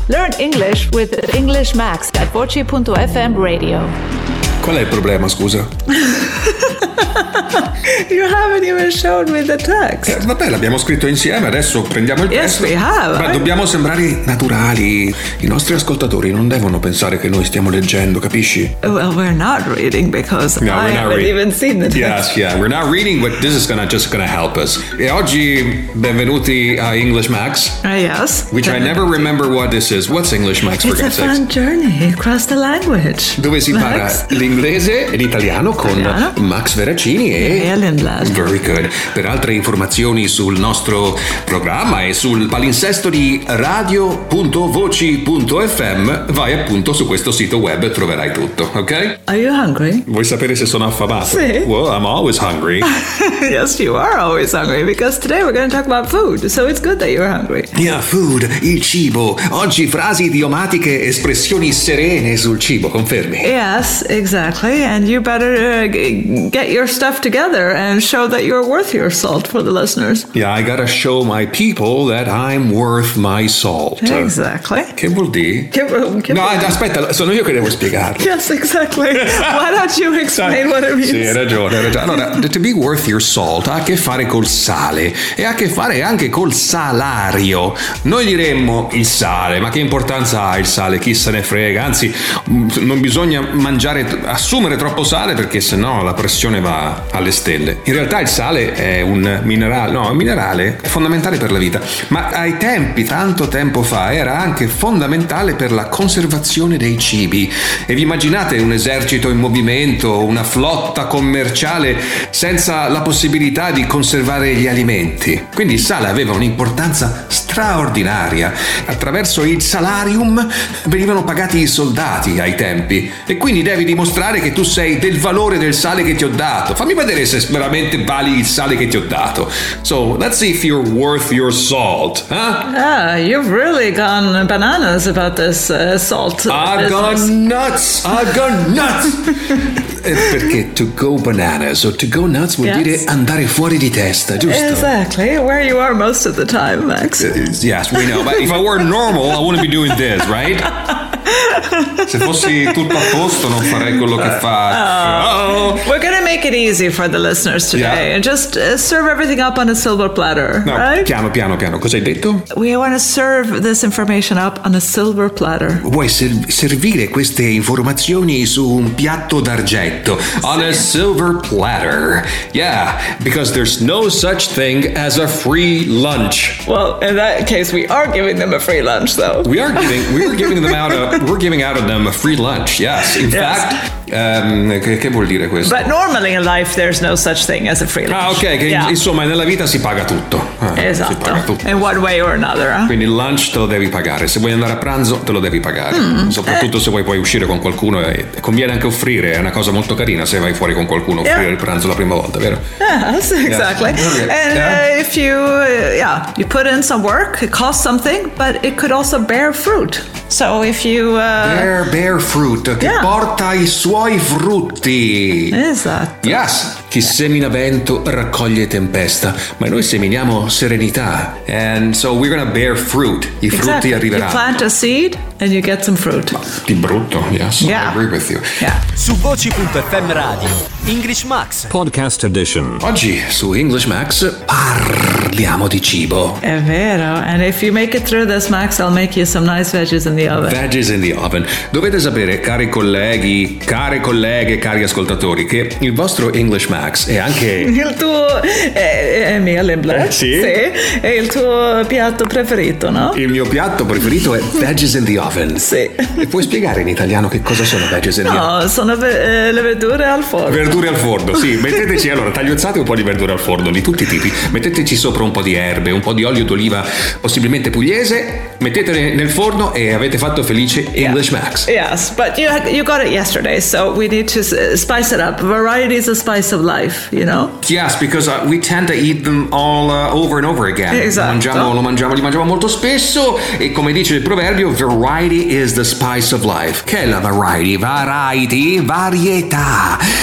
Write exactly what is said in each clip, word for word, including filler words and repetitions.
Learn English with English Max at voci punto f m radio. Qual è il problema, scusa? You haven't even shown me the text. Eh, vabbè, l'abbiamo scritto insieme, adesso prendiamo il Yes, testo. we have. Ma dobbiamo sembrare naturali. I nostri ascoltatori non devono pensare che noi stiamo leggendo, capisci? Well, we're not reading because No, I we're not haven't reading. even seen the text. Yes, yeah, we're not reading, but this is gonna just gonna help us. E oggi, benvenuti a English Max, Uh, yes. which I never remember what this is. What's English Max, for It's a God's sakes? fun journey across the language. Dove si impara Max? l'inglese e l'italiano con Italiano. Max Veracini e E Lindblad. Very good. Per altre informazioni sul nostro programma e sul palinsesto di radio punto voci punto f m vai appunto su questo sito web e troverai tutto, ok? Are you hungry? Vuoi sapere se sono affamato? Sì. Well, I'm always hungry. Yes, you are always hungry because today we're going to talk about food. So it's good that you're hungry. Yeah, food, il cibo. Oggi frasi idiomatiche, espressioni serene sul cibo, confermi? Yes, exactly. And you better uh, g- get your stuff together and show that you're worth your salt for the listeners. Yeah, I gotta show my people that I'm worth my salt. Exactly. Che vuol dire? Give, give No, aspetta, sono io che devo spiegarlo. Yes, exactly. Why don't you explain what it means? Sì, hai ragione, hai ragione. Allora, to be worth your salt ha a che fare col sale e ha a che fare anche col salario. Noi diremmo il sale, ma che importanza ha il sale? Chi se ne frega? Anzi, non bisogna mangiare, assumere troppo sale perché sennò la pressione va alle stelle. In realtà il sale è un minerale, no, un minerale fondamentale per la vita, ma ai tempi, tanto tempo fa, era anche fondamentale per la conservazione dei cibi. E vi immaginate un esercito in movimento, una flotta commerciale senza la possibilità di conservare gli alimenti? Quindi il sale aveva un'importanza straordinaria. Attraverso il salarium venivano pagati i soldati ai tempi e quindi devi dimostrare che tu sei del valore del sale che ti ho dato. Fammi vedere se veramente vali il sale che ti ho dato. So, let's see if you're worth your salt, huh? Ah, you've really gone bananas about this uh, salt. I've business. gone nuts! I've gone nuts! Eh, Perché to go bananas o to go nuts vuol Yes. dire andare fuori di testa, giusto? Exactly, where you are most of the time, Max. Uh, Yes, we know. But if I were normal, I wouldn't be doing this, right? Se fossi tutto a posto non farei quello che fa. Oh. We're going to make it easy for the listeners today Yeah. and just uh, serve everything up on a silver platter, No, right? piano, piano, piano. Cosa hai detto? We want to serve this information up on a silver platter. Vuoi ser- servire queste informazioni su un piatto d'argento? On a silver platter. Yeah, because there's no such thing as a free lunch. Well, in that case, we are giving them a free lunch, though. We are giving we are giving them out a we're giving out of them a free lunch. Yes, in Yes. fact, um, che, che vuol dire questo? But normally in life, there's no such thing as a free lunch. Ah, ok, che Yeah. insomma nella vita si paga tutto. Ah, Si paga Esatto. tutto. In one way or another. Huh? Quindi il lunch te lo devi pagare, se vuoi andare a pranzo te lo devi pagare, Mm. soprattutto se vuoi poi uscire con qualcuno e e conviene anche offrire, è una cosa molto carina se vai fuori con qualcuno, offrire Yeah. il pranzo la prima volta, vero? Yes, exactly. Okay. And Yeah. uh, if you, uh, yeah, you put in some work, it costs something, but it could also bear fruit. So if you, uh, Bear, bear fruit, che Yeah. porta i suoi frutti. esatto. Yes, chi semina vento raccoglie tempesta, ma noi seminiamo serenità. And so we're gonna bear fruit. I frutti Exactly. You arriveranno. plant a seed and you get some fruit. Di brutto, yes, Yeah. I agree with you. Yeah. Su voci punto f m radio, English Max. Podcast Edition. Oggi su English Max parliamo di cibo. È vero. And if you make it through this, Max, I'll make you some nice veggies in the oven. Veggies in the oven. Dovete sapere, cari colleghi, care colleghe, cari ascoltatori, che il vostro English Max è anche Il tuo è, è mia Lindblad. Eh, sì? È il tuo piatto preferito, no? il mio piatto preferito è veggies in the oven. Sì. E puoi spiegare in italiano che cosa sono veggies in the oven? No, sono ve- eh, le verdure al forno. Verdure al forno, sì, metteteci allora tagliuzzate un po' di verdure al forno di tutti i tipi, metteteci sopra un po' di erbe, un po' di olio d'oliva, possibilmente pugliese, mettetele nel forno e avete fatto felice English Max. Yes, but you you got it yesterday, so we need to uh, spice it up. Variety is a spice of life, you know? Yes, because uh, we tend to eat them all uh, over and over again. Esatto. Lo mangiamo, lo mangiamo, li mangiamo molto spesso e come dice il proverbio, variety is the spice of life. Che è la variety? Variety, varietà.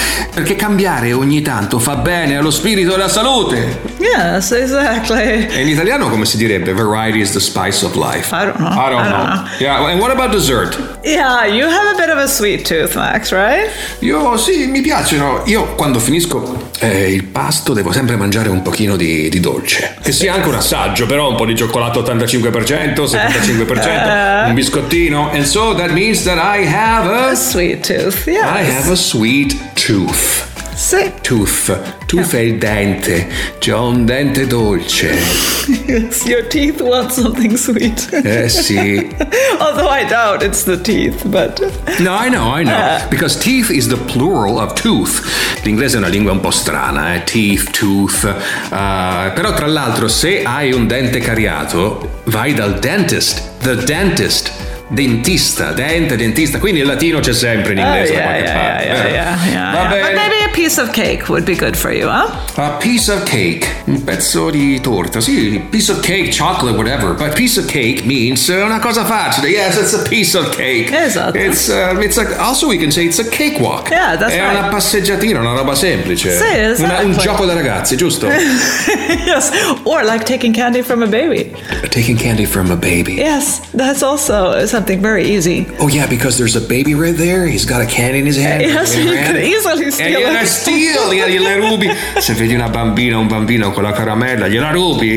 perché cambiare ogni tanto fa bene allo spirito e alla salute. Yes, exactly. E in italiano come si direbbe? Variety is the spice of life. I don't know. I don't, I don't know. know. Yeah, and what about dessert? Yeah, you have a bit of a sweet tooth, Max, right? Io sì, mi piacciono. Io quando finisco eh, il pasto devo sempre mangiare un pochino di, di dolce. Che sia anche un assaggio, però un po' di cioccolato ottantacinque per cento, settantacinque per cento, uh, un biscottino. And so that means that I have a... A sweet tooth, yes. I have a sweet tooth. Sì. Tooth. Tooth è il dente. C'ho un dente dolce. Yes, your teeth want something sweet. Eh sì. Although I doubt it's the teeth, but... No, I know, I know. Uh, Because teeth is the plural of tooth. L'inglese è una lingua un po' strana, eh? Teeth, tooth. Uh, però tra l'altro se hai un dente cariato, vai dal dentist. The dentist. Dentista, dente, dentista, quindi il latino c'è sempre in inglese oh, da yeah, qualche yeah, parte. yeah, yeah, yeah, Va yeah. bene. But maybe a piece of cake would be good for you, huh? A piece of cake, un pezzo di torta, sì, piece of cake, chocolate, whatever. But piece of cake means uh, una cosa facile. Yes, it's a piece of cake. Esatto. It's, uh, it's a, also we can say it's a cakewalk. Yeah, that's È right. una passeggiatina, una roba semplice. Sì, esatto. Una, un gioco da ragazzi, giusto? Yes, or like taking candy from a baby. Taking candy from a baby. Yes, that's also something very easy. Oh yeah, because there's a baby right there. He's got a candy in his hand. Yes, you Right? could easily E steal gliela it. steal, gliela, gliela rubi. Se vedi una bambina o un bambino con la caramella, gliela rubi.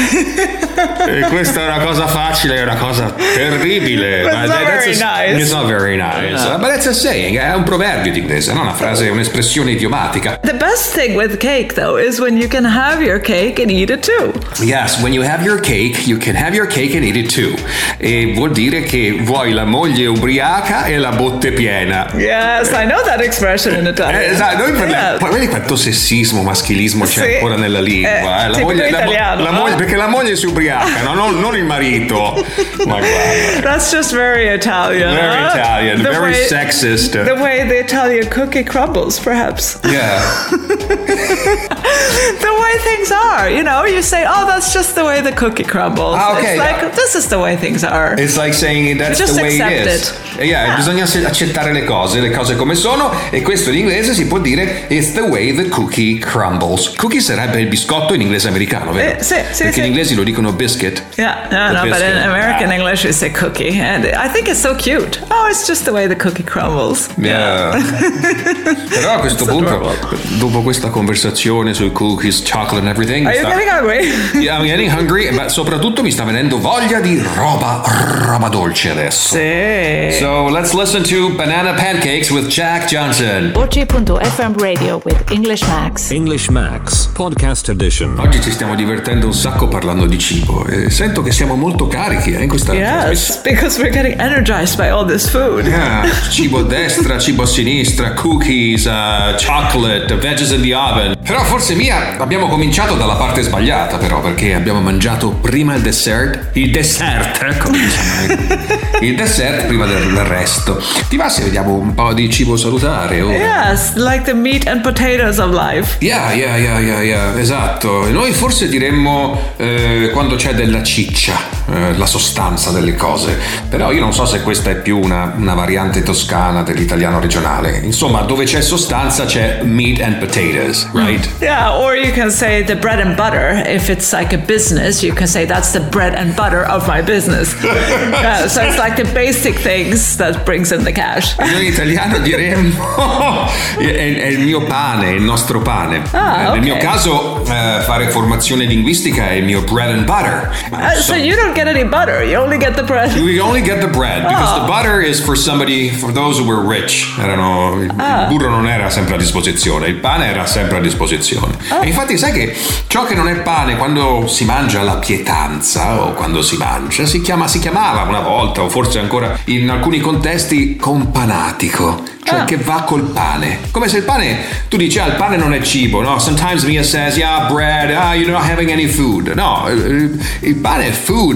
E questa è una cosa facile, è una cosa terribile. It's Ma not that's very a, nice. It's not very nice. No. But it's a saying, è un proverbio d'inglese, non una frase, un'espressione idiomatica. The best thing with cake, though, is when you can have your cake and eat it too. Yes, when you have your cake, you can have your cake and eat it too. E vuol dire che vuoi la moglie ubriaca e la botte piena. Yes, I know that expression in Italian. Eh, esatto, noi parliamo. Yes. Poi vedi quanto sessismo, maschilismo c'è Sì. ancora nella lingua. Eh, eh. La tipico moglie, la mo- italiano, la no? moglie- perché la moglie si ubriaca, no? non, non il marito. Ma guarda. That's just very Italian. Very huh? Italian, The very way- sexist. The way the Italian cookie crumbles, perhaps. Yeah. The way things are, you know, you say, oh, that's just the way the cookie crumbles. Ah, okay, It's like, yeah. this is the way things are. It's like saying that's Just the way accept it is. it. Eh, yeah, Yeah. bisogna se- accettare le cose, le cose come sono, e questo in inglese si può dire it's the way the cookie crumbles. Cookie sarebbe il biscotto in inglese americano, vero? Eh, sì, sì, Perché sì. in inglese lo dicono biscuit. Yeah, no, The no, but biscuit. in American Ah. English we say cookie, and I think it's so cute. Oh, it's just the way the cookie crumbles. Yeah. Però a questo It's punto, adorable. dopo questa conversazione sui cookies, chocolate and everything, Are you sta- getting hungry? Yeah, I'm getting hungry, ma soprattutto mi sta venendo voglia di roba, roba dolce adesso. Sì. So let's listen to Banana Pancakes with Jack Johnson. voce punto effe emme Radio with English Max. English Max Podcast Edition. Oggi ci stiamo divertendo un sacco parlando di cibo e sento che siamo molto carichi eh, in questa trasmissione. Yes, because we're getting energized by all this food. Yeah, cibo a destra, cibo a sinistra, cookies, uh, chocolate, veggies in the oven. Però forse Mia abbiamo cominciato dalla parte sbagliata però, perché abbiamo mangiato prima il dessert, il dessert, ecco, diciamo, il dessert prima del, del resto. Ti va se vediamo un po' di cibo salutare? O... Yes, like the meat and potatoes of life. Yeah, yeah, yeah, yeah, yeah, esatto. E noi forse diremmo eh, quando c'è della ciccia, eh, la sostanza delle cose. Però io non so se questa è più una, una variante toscana dell'italiano regionale. Insomma, dove c'è sostanza c'è meat and potatoes, right? Yeah, or you can say the bread and butter. If it's like a business, you can say that's the bread and butter of my business. Yeah, so it's like the basic things that brings in the cash. Noi in italiano diremmo è, è il mio pane, il nostro pane. Ah, Eh, Nel ok. mio caso eh, fare formazione linguistica è il mio bread and butter. Uh, so you don't get any butter, you only get the bread. We only get the bread because Oh. the butter is for somebody, for those who were rich. Erano, il, Ah. il burro non era sempre a disposizione, il pane era sempre a disposizione. Oh. E infatti sai che ciò che non è pane quando si mangia la pietanza o quando si mangia si, chiama, si chiamava una volta o forse ancora in alcuni contesti companatico, cioè Ah. che va col pane. Come se il pane, tu dici ah il pane non è cibo, no? Sometimes Mia says yeah bread, ah you're not having any food. No, il, il pane è food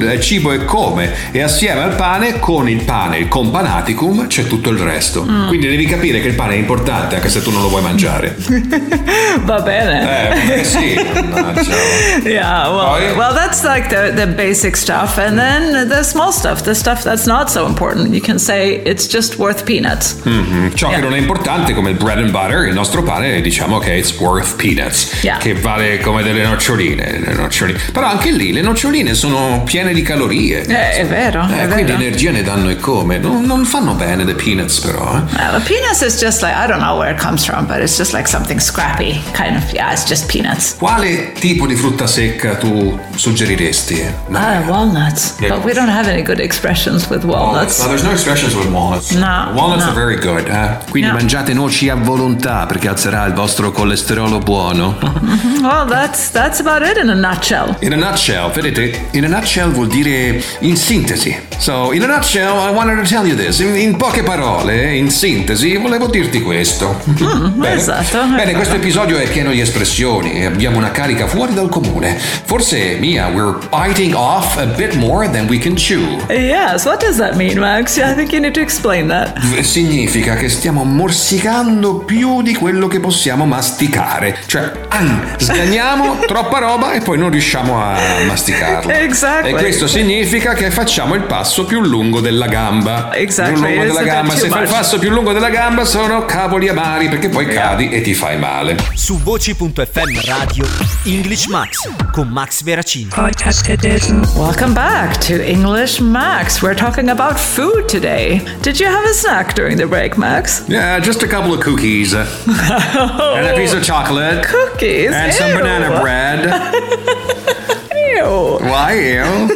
il cibo è come, e assieme al pane, con il pane, il companaticum, c'è tutto il resto. Mm. Quindi devi capire che il pane è importante anche se tu non lo vuoi mangiare. Va bene. Eh, eh sì. Yeah, well, well, that's like the, the basic stuff. And then the small stuff, the stuff that's not so important. You can say it's just worth peanuts. Mm-hmm. Ciò yeah. che non è importante, come il bread and butter, il nostro pane, diciamo che it's worth peanuts. Yeah. Che vale come delle noccioline, le noccioline. Però anche lì le noccioline sono piene di calorie. Eh, è vero, eh, è quindi vero. energia ne danno e come. Non, non fanno bene the peanuts però. Eh. Uh, the peanuts is just like, I don't know where it comes from, but it's just like something scrappy. Kind of, yeah, it's just peanuts. Quale tipo di frutta secca tu suggeriresti? Ah, uh, walnuts. Yeah. But we don't have any good expressions with walnuts. walnuts. No, there's no expressions with walnuts. No. Walnuts no. are very good. Eh? Quindi no. mangiate noci a volontà perché alzerà il vostro colesterolo buono. Mm-hmm. Well, that's that's about it in a nutshell. In a nutshell, vedete, in a nutshell vuol dire in sintesi. So, in a nutshell, I wanted to tell you this. In, in poche parole, in sintesi, volevo dirti questo. Mm, Bene. Esatto. Bene, questo episodio è pieno di espressioni e abbiamo una carica fuori dal comune. Forse, Mia, we're biting off a bit more than we can chew. Yes, what does that mean, Max? I think you need to explain that. Significa che stiamo morsicando più di quello che possiamo masticare. Cioè, sganiamo troppa roba e poi non riusciamo a masticarla. Exactly. E questo significa che facciamo il passo più lungo della gamba. Exactly. Più lungo della gamba. Se fai il much. passo più lungo della gamba sono cavoli amari perché poi yeah. cadi e ti fai male. Su voci punto effe emme Radio English Max con Max Veracini. Podcast edition. Welcome back to English Max. We're talking about food today. Did you have a snack during the break, Max? Yeah, just a couple of cookies. And a piece of chocolate. Cookies? And Ew. some banana bread. Ew. Why ew?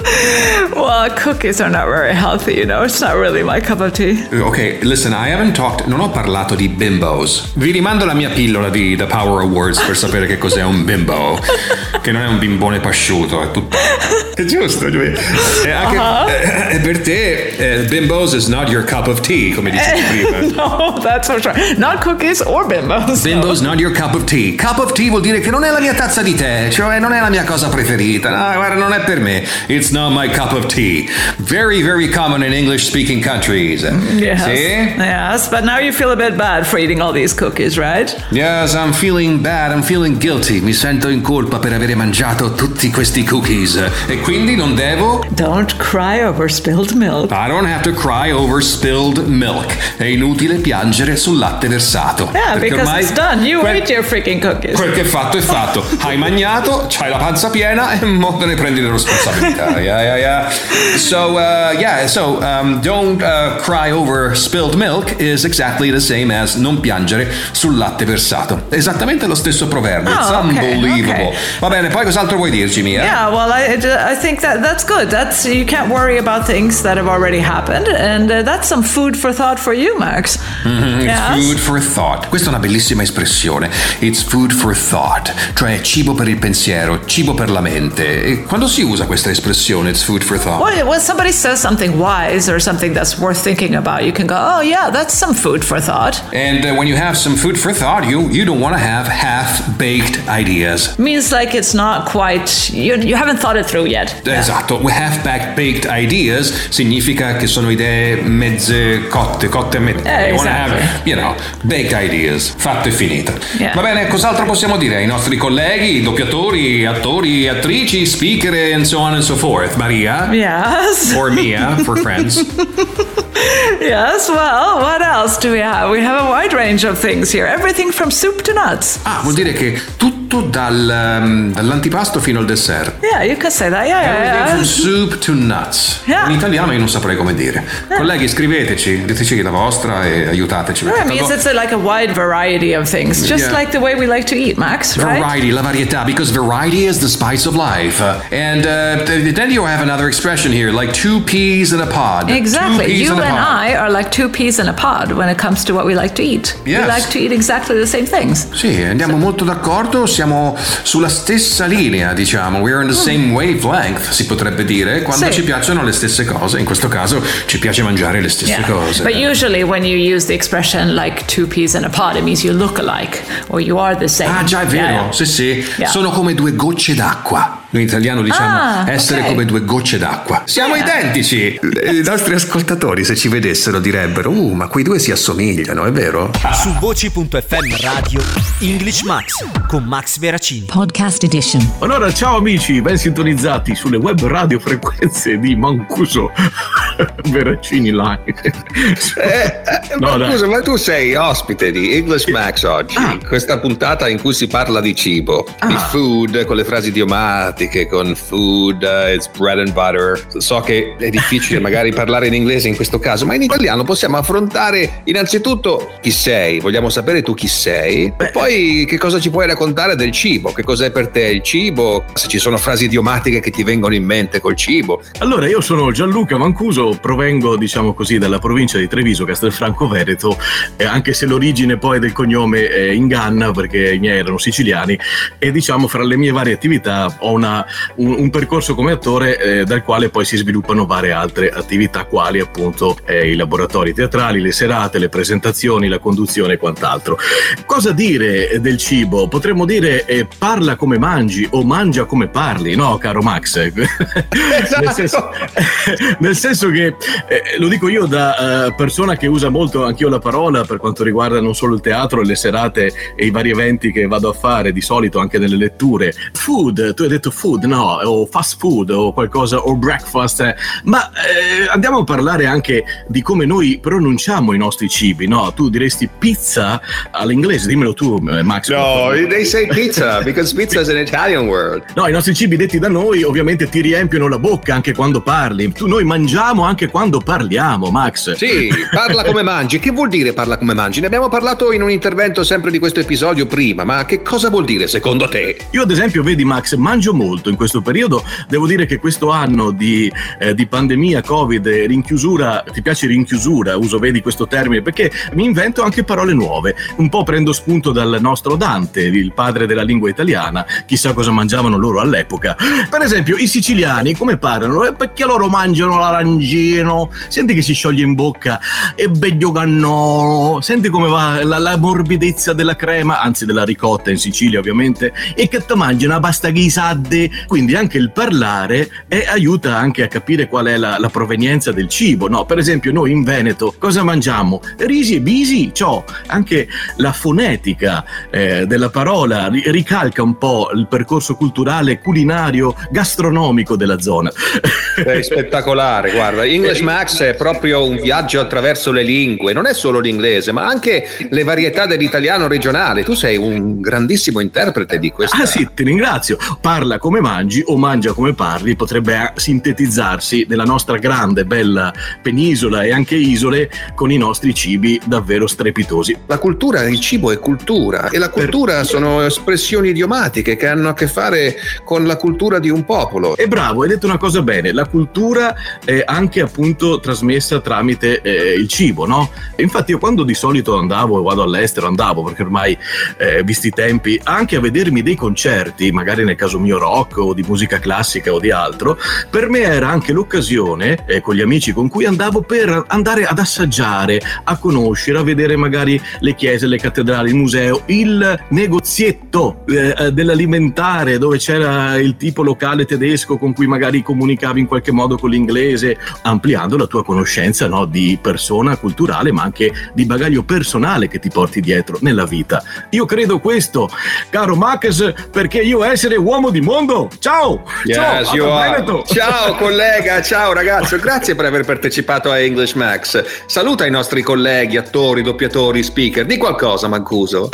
Well, cookies are not very healthy, you know. It's not really my cup of tea. Ok, listen, I haven't talked, non ho parlato di bimbos. Vi rimando la mia pillola di The Power of Words per sapere che cos'è un bimbo. Che non è un bimbone pasciuto, è tutto. È giusto, Giulia. E anche uh-huh. eh, per te, eh, bimbos is not your cup of tea, come dicevi prima. No, that's for sure. Not cookies or bimbos. Bimbos, no. Not your cup of tea. Cup of tea vuol dire che non è la mia tazza di tè, cioè non è la mia cosa preferita. No, guarda, non è per me. It's not my cup of tea. Very, very common in English-speaking countries. Yes. See? Yes, but now you feel a bit bad for eating all these cookies, right? Yes, I'm feeling bad, I'm feeling guilty. Mi sento in colpa per avere mangiato tutti questi cookies. E quindi non devo... Don't cry over spilled milk. I don't have to cry over spilled milk. È inutile piangere sul latte versato. Yeah, because ormai it's done. You quel, ate your freaking cookies. Quel che è fatto è fatto. Hai mangiato, c'hai la panza piena e mo te ne prendi le responsabilità. Yeah, yeah, yeah. So, uh, yeah, so um, don't uh, cry over spilled milk is exactly the same as non piangere sul latte versato. Esattamente lo stesso proverbio. Oh, It's okay, unbelievable. okay. Va bene, poi cos'altro vuoi dirci, Mia? Yeah, well, I, I think that that's good. That's you can't worry about things that have already happened, and uh, that's some food for thought for you, Max. Mm-hmm, yes? It's food for thought. Questa è una bellissima espressione. It's food for thought, cioè cibo per il pensiero, cibo per la mente. E quando si usa questa espressione, it's food for thought? Well, when somebody says something wise or something that's worth thinking about, you can go, oh yeah, that's some food for thought. And uh, when you have some food for thought, you you don't want to have half-baked ideas. Means like it's not quite, you, you haven't thought it through yet. Esatto, we have baked ideas significa che sono idee mezze cotte, cotte a mezzo. Eh, you want to exactly. have, you know, baked ideas. Fatto e finito. Yeah. Va bene, cos'altro possiamo dire ai nostri colleghi, doppiatori, attori, attrici, speaker and so on and so forth? Maria? Yes. Or Mia, for friends. Yes, well, what else do we have? We have a wide range of things here. Everything from soup to nuts. Ah, vuol dire che tutto dal, um, dall'antipasto fino al dessert. Yeah, you can say that. Yeah, yeah, Everything yeah. from soup to nuts. Yeah. In italiano io non saprei come dire. Colleghi, scriveteci, diteci la vostra e aiutateci. Well, it means it's a, like a wide variety of things, just Yeah. like the way we like to eat, Max, right? Variety, la varietà, because variety is the spice of life. Uh, and uh, then you have another expression here, like two peas in a pod. Exactly. Two peas You in a and pod. I are like two peas in a pod when it comes to what we like to eat. Yes. We like to eat exactly the same things. Sì, andiamo molto d'accordo, siamo sulla stessa linea, diciamo. We're in the same wavelength, si potrebbe dire, quando Sì. ci piacciono le stesse cose. In questo caso ci piace mangiare le stesse Yeah. cose. But usually when you use the expression like two peas in a pod, it means you look alike or you are the same. Ah, già, è vero. Yeah, yeah. Sì, sì. Yeah. Sono come due gocce d'acqua. Noi italiani diciamo Ah, essere ok. come due gocce d'acqua. Siamo Yeah. identici. I nostri ascoltatori, se ci vedessero, direbbero: uh, ma quei due si assomigliano, è vero? Su voci punto effe emme Radio English Max con Max Veracini. Podcast Edition. Allora, ciao amici, ben sintonizzati sulle web radio frequenze di Mancuso Veracini Live. Eh, No, ma dai. scusa, ma tu sei ospite di English Max oggi, Ah. questa puntata in cui si parla di cibo, di Ah. food, con le frasi idiomatiche, con food, uh, it's bread and butter. So che è difficile magari parlare in inglese in questo caso, ma in italiano possiamo affrontare innanzitutto chi sei, vogliamo sapere tu chi sei, e poi che cosa ci puoi raccontare del cibo, che cos'è per te il cibo, se ci sono frasi idiomatiche che ti vengono in mente col cibo. Allora, io sono Gianluca Mancuso, provengo, diciamo così, dalla provincia di Treviso, Castelfranco Veneto, eh, anche se l'origine poi del cognome eh, inganna, perché i miei erano siciliani, e diciamo fra le mie varie attività ho una, un, un percorso come attore eh, dal quale poi si sviluppano varie altre attività, quali appunto eh, i laboratori teatrali, le serate, le presentazioni, la conduzione e quant'altro. Cosa dire del cibo? Potremmo dire eh, parla come mangi o mangia come parli, no, caro Max? nel, senso, nel senso che eh, lo dico io da eh, persona che usa molto anch'io la parola per quanto riguarda non solo il teatro, le serate e i vari eventi che vado a fare di solito anche nelle letture. Food, tu hai detto food, no, o fast food o qualcosa, o breakfast, eh. ma eh, andiamo a parlare anche di come noi pronunciamo i nostri cibi, no? Tu diresti pizza all'inglese, dimmelo tu, eh, Max. No, they say pizza because pizza is an Italian word. No, i nostri cibi detti da noi ovviamente ti riempiono la bocca anche quando parli. Tu, noi mangiamo anche quando parliamo, Max. Sì, parla come mangi. Che vuol dire parla come mangi? Ne abbiamo parlato in un intervento sempre di questo episodio prima, ma che cosa vuol dire secondo te? Io ad esempio, vedi Max, mangio molto in questo periodo. Devo dire che questo anno di, eh, di pandemia, Covid, rinchiusura, ti piace rinchiusura, uso vedi questo termine, perché mi invento anche parole nuove. Un po' prendo spunto dal nostro Dante, il padre della lingua italiana, chissà cosa mangiavano loro all'epoca. Per esempio i siciliani come parlano? Eh, perché loro mangiano l'arancino, senti che si scioglie in bocca, e beglio cannolo, senti come va la, la morbidezza della crema, anzi della ricotta in Sicilia ovviamente, e che ti mangi una pasta ghisadde. Quindi anche il parlare eh, aiuta anche a capire qual è la, la provenienza del cibo, no? Per esempio noi in Veneto cosa mangiamo? Risi e bisi, ciò anche la fonetica eh, della parola ri- ricalca un po' il percorso culturale, culinario, gastronomico della zona. Sei spettacolare, guarda, English Max è proprio un viaggio attraverso le lingue, non è solo l'inglese, ma anche le varietà dell'italiano regionale. Tu sei un grandissimo interprete di questo. Ah sì, ti ringrazio. Parla come mangi o mangia come parli potrebbe sintetizzarsi nella nostra grande, bella penisola e anche isole con i nostri cibi davvero strepitosi. La cultura, il cibo è cultura, e la cultura sono espressioni idiomatiche che hanno a che fare con la cultura di un popolo. E bravo, hai detto una cosa bene, la cultura è anche appunto trasmessa tramite eh, il cibo, no? E infatti io quando di solito andavo, vado all'estero, andavo perché ormai eh, visti i tempi, anche a vedermi dei concerti, magari nel caso mio rock o di musica classica o di altro, per me era anche l'occasione eh, con gli amici con cui andavo per andare ad assaggiare, a conoscere, a vedere magari le chiese, le cattedrali, il museo, il negozietto eh, dell'alimentare dove c'era il tipo locale tedesco con cui magari comunicavi in qualche modo con l'inglese, ampliando la tua conoscenza, no, di persona culturale ma anche di bagaglio personale che ti porti dietro nella vita. Io credo questo, caro Max, perché io essere uomo di mondo. Ciao! Yes, ciao, you a are. Veneto. Ciao collega, ciao ragazzo, grazie per aver partecipato a English Max. Saluta i nostri colleghi, attori, doppiatori, speaker, di qualcosa Mancuso.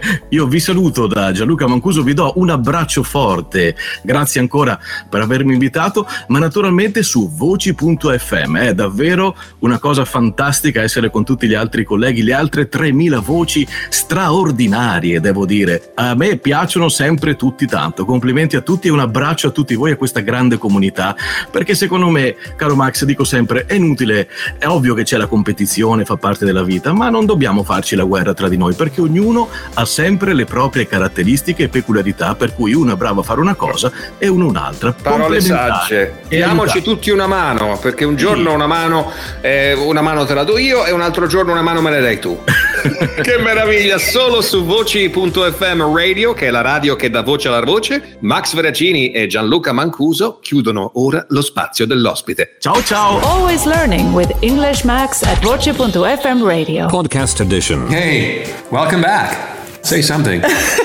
Io vi saluto da Gianluca Mancuso, vi do un abbraccio forte, grazie ancora per avermi invitato, ma naturalmente su voci punto effe emme, è davvero una cosa fantastica essere con tutti gli altri colleghi, le altre tremila voci straordinarie, devo dire. A me piacciono sempre tutti tanto, complimenti a tutti e un abbraccio a tutti voi e a questa grande comunità, perché secondo me, caro Max, dico sempre, è inutile, è ovvio che c'è la competizione, fa parte della vita, ma non dobbiamo farci la guerra tra di noi, perché ognuno ha sempre le proprie caratteristiche e peculiarità, per cui uno è bravo a fare una cosa e uno un'altra. Parole sagge. E Diamoci aiutare. tutti una mano, perché perché un giorno una mano, eh, una mano te la do io e un altro giorno una mano me la dai tu. Che meraviglia, solo su voci punto effe emme Radio, che è la radio che dà voce alla voce. Max Veracini e Gianluca Mancuso chiudono ora lo spazio dell'ospite. Ciao ciao. Always learning with English Max at voci punto effe emme Radio. Podcast edition. Hey, welcome back. Say something.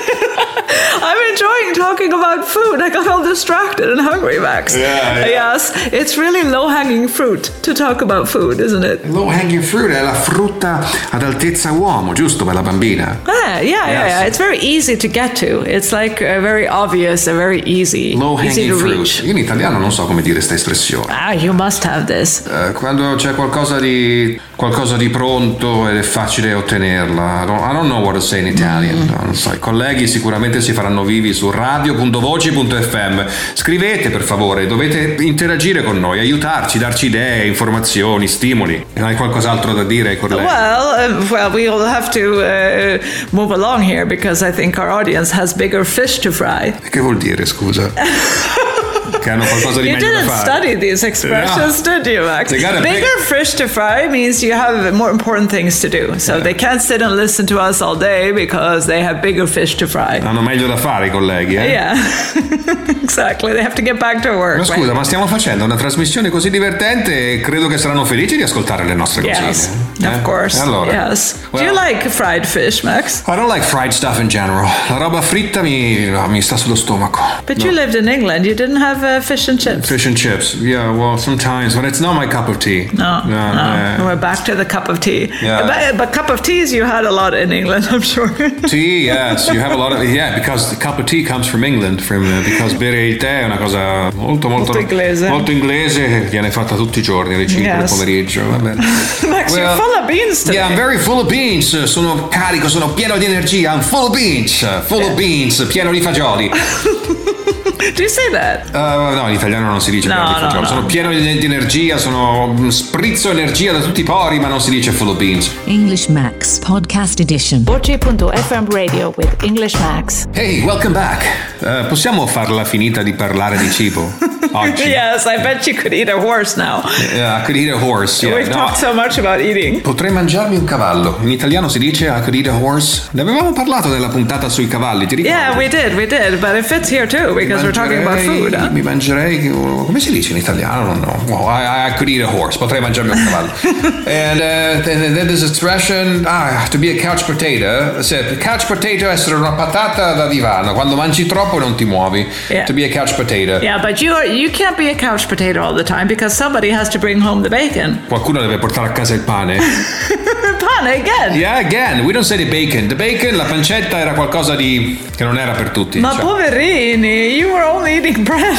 I'm enjoying talking about food. I got all distracted and hungry, Max. Yeah, yeah. Yes, it's really low-hanging fruit to talk about food, isn't it? Low hanging fruit è la frutta ad altezza uomo, giusto, per la bambina? Ah, yeah, yeah, Yes. yeah. It's very easy to get to. It's like uh, very obvious and very easy. Low easy hanging to fruit. reach. Io in italiano non so come dire questa espressione. Ah, you must have this. Eh, quando c'è qualcosa di qualcosa di pronto ed è facile ottenerla. I don't, I don't know what to say in Italian. Mm. Non so, i colleghi sicuramente si faranno vivi su radio punto voci punto effe emme. Scrivete per favore, dovete interagire con noi, aiutarci, darci idee, informazioni, stimoli. Hai qualcos'altro da dire ai colleghi? Well, uh, well, we'll have to uh, move along here because I think our audience has bigger fish to fry. Che vuol dire, scusa? Che hanno qualcosa di You meglio da didn't fare. study these expressions, Yeah. did you, Max? They got a Bigger big- fish to fry means you have more important things to do. So Yeah. they can't sit and listen to us all day because they have bigger fish to fry. Hanno meglio da fare i colleghi, eh? Yeah, exactly. They have to get back to work. Ma scusa, right? ma stiamo facendo una trasmissione così divertente e credo che saranno felici di ascoltare le nostre Yes, cosine. of Eh? course. E allora? Yes. Do Well, you like fried fish, Max? I don't like fried stuff in general. La roba fritta mi, no, mi sta sullo stomaco. But No. you lived in England. You didn't have uh, fish and chips. Fish and chips. Yeah, well, sometimes, but it's not my cup of tea. No, no. eh, We're back to the cup of tea. Yeah. But, but cup of teas you had a lot in England, I'm sure. Tea, yes, you have a lot of yeah, because the cup of tea comes from England, from uh, because bere il tè è una cosa molto molto Molto inglese. molto inglese che viene fatta tutti i giorni alle cinque del Yes. pomeriggio. Va bene. Max, Well, you're full of beans today. Yeah, I'm very full of beans. Sono carico, sono pieno di energia. I'm full of beans. Full of beans, pieno di fagioli. Do you say that? Uh, no, in italiano non si dice No, pieno di no, fagioli. no. Sono pieno di, di energia, sono sprizzo energia da tutti i pori, ma non si dice full of beans. English Max Podcast Edition. voci punto effe emme Radio with English Max. Hey, welcome back. Uh, possiamo farla finita di parlare di cibo oggi? Yes, I bet you could eat a horse now. Yeah, I could eat a horse. Yeah, We've no. talked so much about eating. Potrei mangiarmi un cavallo. In italiano si dice I could eat a horse. Ne avevamo parlato nella puntata sui cavalli, ti ricordi? Yeah, we did, we did, but it fits here too because we're talking about food. Huh? Mi mangerei, come si dice in italiano? Non no. Well, I, I could eat a horse. Potrei mangiarmi un cavallo. And uh, then, then this expression, ah, to be a couch potato. Se, couch potato è essere una patata da divano. Quando mangi troppo non ti muovi. Yeah. To be a couch potato. Yeah, but you are, you can't be a couch potato all the time because somebody has to bring home the bacon. Qualcuno deve portare a casa il pane. Pan again. Yeah, again, we don't say the bacon. The bacon, la pancetta era qualcosa di che non era per tutti. Ma cioè. poverini, you were only eating bread.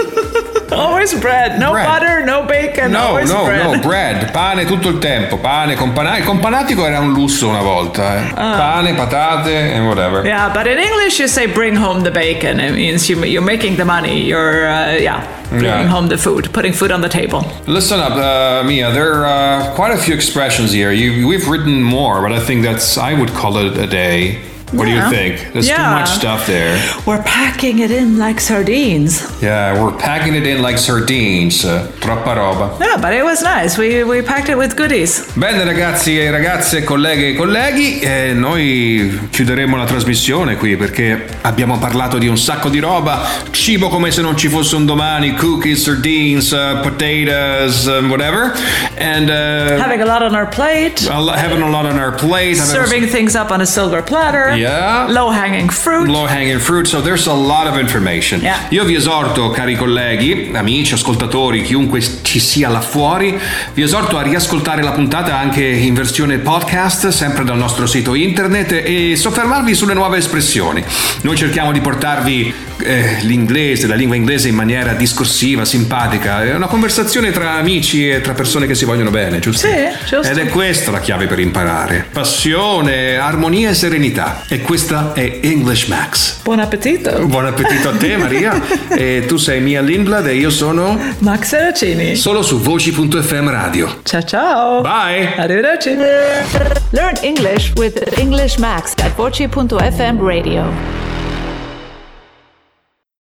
Always bread. No Bread. butter, no bacon, No, always no, bread. no, bread, pane tutto il tempo, pane con panatico. Il companatico era un lusso una volta, eh. Pane, patate and whatever. Yeah, but in English you say bring home the bacon. It means you, you're making the money. You're, uh, yeah, bringing Yeah. home the food, putting food on the table. Listen up, uh, Mia. There are uh, quite a few expressions here. You, we've written more, but I think that's I would call it a day. What Yeah. do you think? There's too Yeah. much stuff there. We're packing it in like sardines. Yeah, we're packing it in like sardines. Uh, troppa roba. Yeah, but it was nice. We, we packed it with goodies. Bene ragazzi e ragazze, colleghe e colleghi, eh, noi chiuderemo la trasmissione qui perché abbiamo parlato di un sacco di roba, cibo come se non ci fosse un domani, cookies, sardines, uh, potatoes, um, whatever, and uh, Having a lot on our plate. a lo- having a lot on our plate, having Serving things up on a silver platter. Yeah. Low-hanging fruit. low hanging fruit, so there's a lot of information. Yeah. Io vi esorto, cari colleghi, amici, ascoltatori, chiunque ci sia là fuori, vi esorto a riascoltare la puntata anche in versione podcast, sempre dal nostro sito internet, e soffermarvi sulle nuove espressioni. Noi cerchiamo di portarvi eh, l'inglese, la lingua inglese in maniera discorsiva, simpatica. È una conversazione tra amici e tra persone che si vogliono bene, giusto? Sì, giusto. Ed è questa la chiave per imparare. Passione, armonia e serenità. E questa è English Max. Buon appetito. Buon appetito a te, Maria. E tu sei Mia Lindblad e io sono Max Seracini. solo su voci punto effe emme Radio. Ciao ciao. Bye. Arrivederci. Learn English with English Max at voci punto effe emme Radio.